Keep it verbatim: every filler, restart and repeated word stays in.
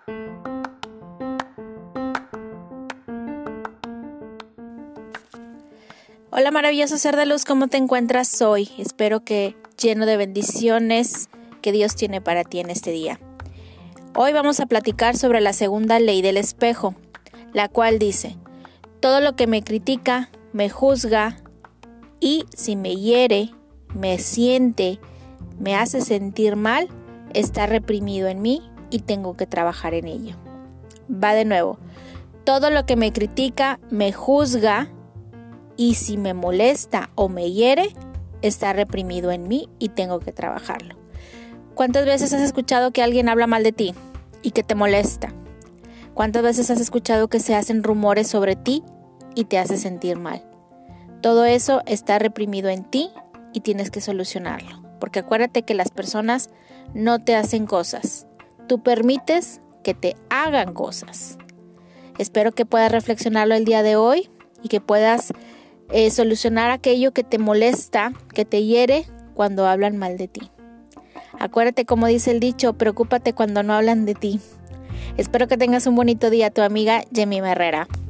Hola maravilloso ser de luz, ¿cómo te encuentras hoy? Espero que lleno de bendiciones que Dios tiene para ti en este día. Hoy vamos a platicar sobre la segunda ley del espejo, la cual dice: todo lo que me critica, me juzga y si me hiere, me siente, me hace sentir mal, está reprimido en mí y tengo que trabajar en ello. Va de nuevo. Todo lo que me critica, me juzga y si me molesta o me hiere, está reprimido en mí y tengo que trabajarlo. ¿Cuántas veces has escuchado que alguien habla mal de ti y que te molesta? ¿Cuántas veces has escuchado que se hacen rumores sobre ti y te hace sentir mal? Todo eso está reprimido en ti y tienes que solucionarlo. Porque acuérdate que las personas no te hacen cosas. Tú permites que te hagan cosas. Espero que puedas reflexionarlo el día de hoy y que puedas eh, solucionar aquello que te molesta, que te hiere cuando hablan mal de ti. Acuérdate, como dice el dicho, preocúpate cuando no hablan de ti. Espero que tengas un bonito día, tu amiga Jemima Herrera.